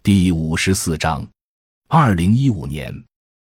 第54章2015年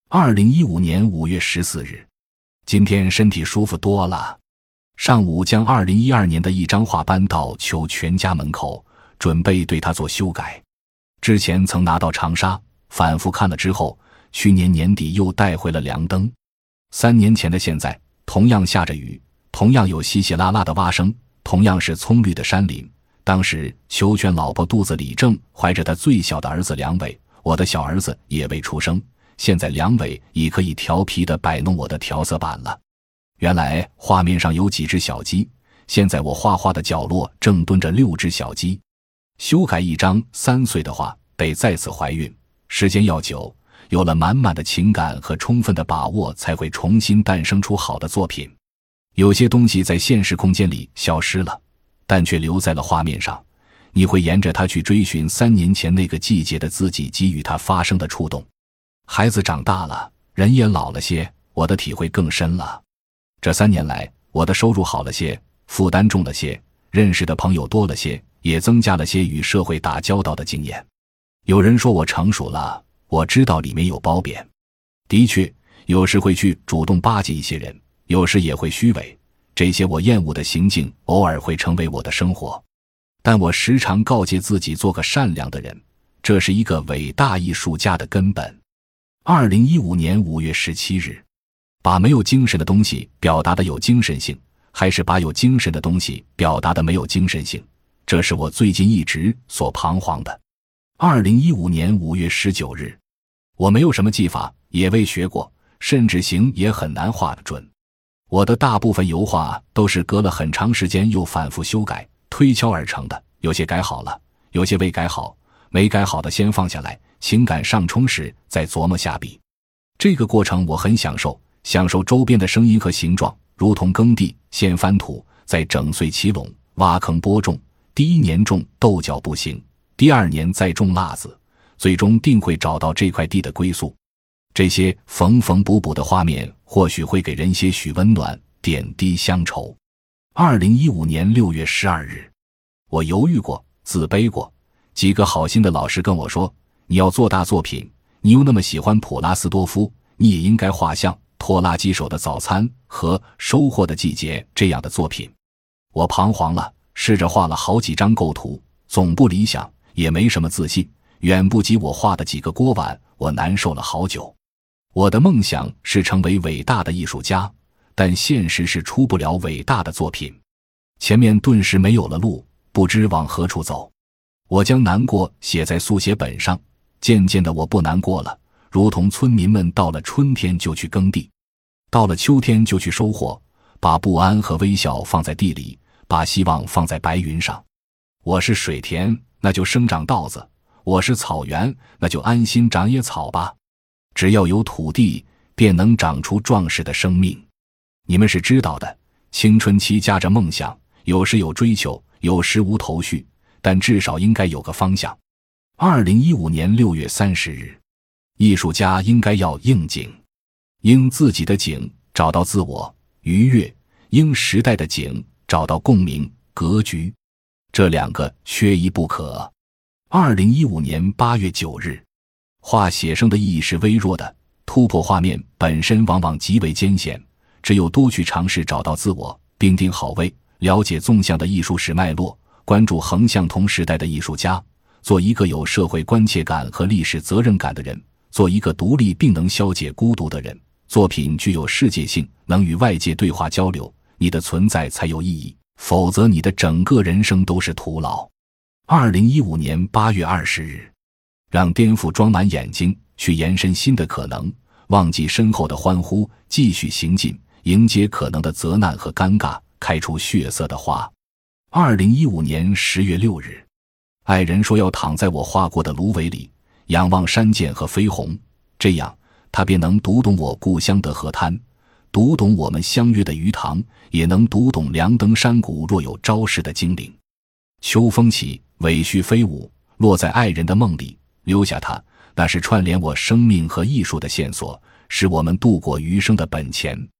5月14日，今天身体舒服多了。上午将2012年的一张画搬到邱全家门口，准备对它做修改。之前曾拿到长沙，反复看了之后，去年年底又带回了梁灯。3年前的现在，同样下着雨，同样有稀稀拉拉的蛙声，同样是葱绿的山林。当时邱全老婆肚子里正怀着他最小的儿子梁伟，我的小儿子也未出生。现在梁伟已可以调皮地摆弄我的调色板了。原来画面上有几只小鸡，现在我画画的角落正蹲着6只小鸡。修改一张3岁的画，得再次怀孕，时间要久，有了满满的情感和充分的把握，才会重新诞生出好的作品。有些东西在现实空间里消失了，但却留在了画面上，你会沿着它去追寻3年前那个季节的自己给予它发生的触动。孩子长大了，人也老了些，我的体会更深了。这3年来，我的收入好了些，负担重了些，认识的朋友多了些，也增加了些与社会打交道的经验。有人说我成熟了，我知道里面有褒贬。的确，有时会去主动巴结一些人，有时也会虚伪，这些我厌恶的行径偶尔会成为我的生活。但我时常告诫自己做个善良的人，这是一个伟大艺术家的根本。2015年5月17日，把没有精神的东西表达的有精神性，还是把有精神的东西表达的没有精神性，这是我最近一直所彷徨的。2015年5月19日，我没有什么技法，也未学过，甚至形也很难画得准。我的大部分油画都是隔了很长时间又反复修改推敲而成的，有些改好了，有些未改好，没改好的先放下来，情感上冲时再琢磨下笔。这个过程我很享受周边的声音和形状，如同耕地，先翻土，再整碎齐垄，挖坑播种。第1年种豆角不行，第2年再种辣子，最终定会找到这块地的归宿。这些缝缝补补的画面或许会给人些许温暖，点滴乡愁。2015年6月12日，我犹豫过，自卑过，几个好心的老师跟我说，你要做大作品，你又那么喜欢普拉斯多夫，你也应该画像拖拉机手的早餐和收获的季节这样的作品。我彷徨了，试着画了好几张构图，总不理想，也没什么自信，远不及我画的几个锅碗，我难受了好久。我的梦想是成为伟大的艺术家，但现实是出不了伟大的作品。前面顿时没有了路，不知往何处走。我将难过写在速写本上，渐渐的我不难过了，如同村民们到了春天就去耕地，到了秋天就去收获，把不安和微笑放在地里，把希望放在白云上。我是水田，那就生长稻子；我是草原，那就安心长野草吧。只要有土地，便能长出壮实的生命。你们是知道的，青春期夹着梦想，有时有追求，有时无头绪，但至少应该有个方向。2015年6月30日，艺术家应该要应景，应自己的景找到自我愉悦，应时代的景找到共鸣格局，这2个缺一不可。2015年8月9日，画写生的意义是微弱的，突破画面本身往往极为艰险，只有多去尝试找到自我，并定好位，了解纵向的艺术史脉络，关注横向同时代的艺术家，做一个有社会关切感和历史责任感的人，做一个独立并能消解孤独的人。作品具有世界性，能与外界对话交流，你的存在才有意义，否则你的整个人生都是徒劳。2015年8月20日，让颠覆装满眼睛，去延伸新的可能，忘记身后的欢呼，继续行进，迎接可能的责难和尴尬，开出血色的花。2015年10月6日，爱人说要躺在我画过的芦苇里，仰望山涧和飞鸿，这样他便能读懂我故乡的河滩，读懂我们相约的鱼塘，也能读懂凉灯山谷若有朝时的精灵。秋风起，尾絮飞舞，落在爱人的梦里，留下它，那是串联我生命和艺术的线索，是我们度过余生的本钱。